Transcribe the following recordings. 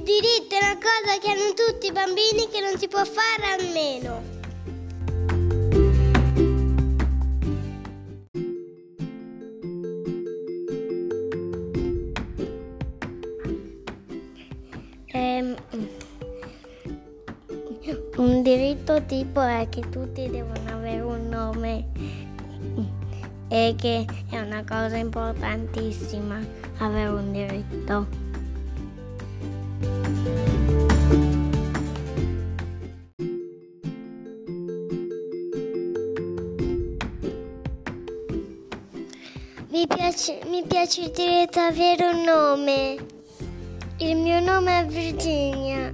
diritto è una cosa che hanno tutti i bambini che non si può fare a meno. Un diritto tipo è che tutti devono avere un nome e che è una cosa importantissima avere un diritto. Mi piace il diritto ad avere un nome. Il mio nome è Virginia.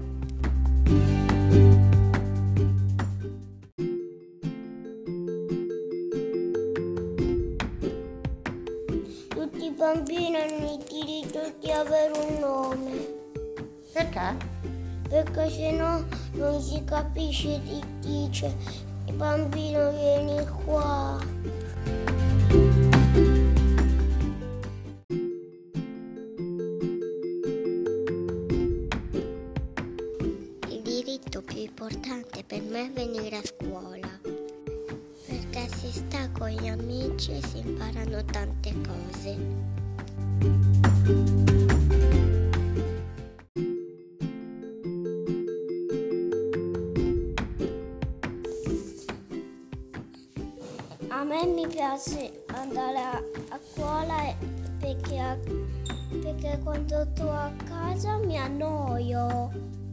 Tutti i bambini hanno il diritto di avere un nome. Perché? Perché sennò non si capisce chi dice il bambino vieni qua. Il diritto più importante per me è venire a scuola, perché si sta con gli amici e si imparano tante cose. A me mi piace andare a scuola perché quando sto a casa mi annoio.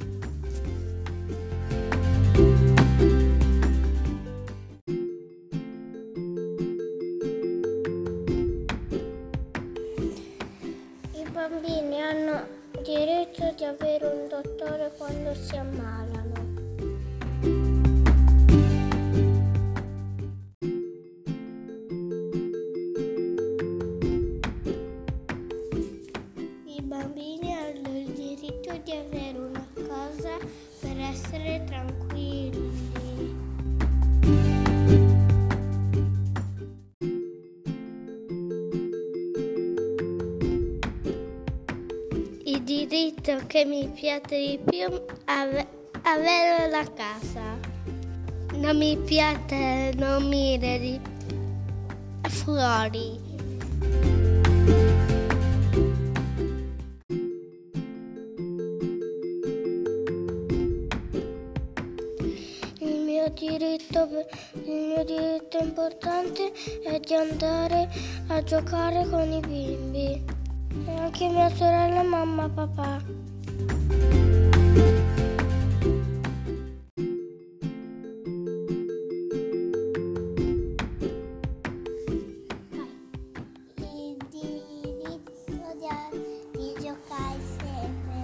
I bambini hanno diritto di avere un dottore quando si ammalano. I bambini hanno il diritto di avere una casa per essere tranquilli. Il diritto che mi piace di più è avere la casa. Non mi piace dormire fuori. Il mio diritto importante è di andare a giocare con i bimbi. E anche mia sorella, mamma, papà. Il diritto di giocare insieme.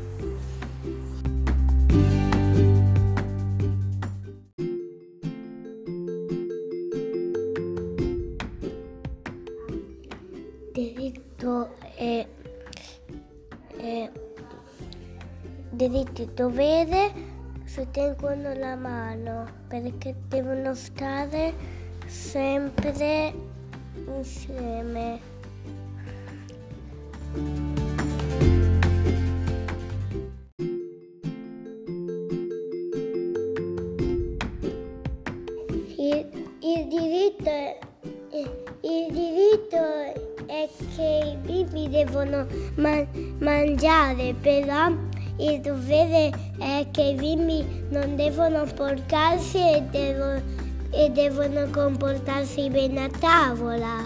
Diritto e dovere si tengono la mano perché devono stare sempre insieme. Il diritto è che i bimbi devono mangiare, però il dovere è che i bimbi non devono sporcarsi e devono comportarsi bene a tavola.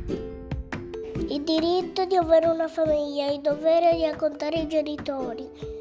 Il diritto di avere una famiglia, il dovere di accontare i genitori.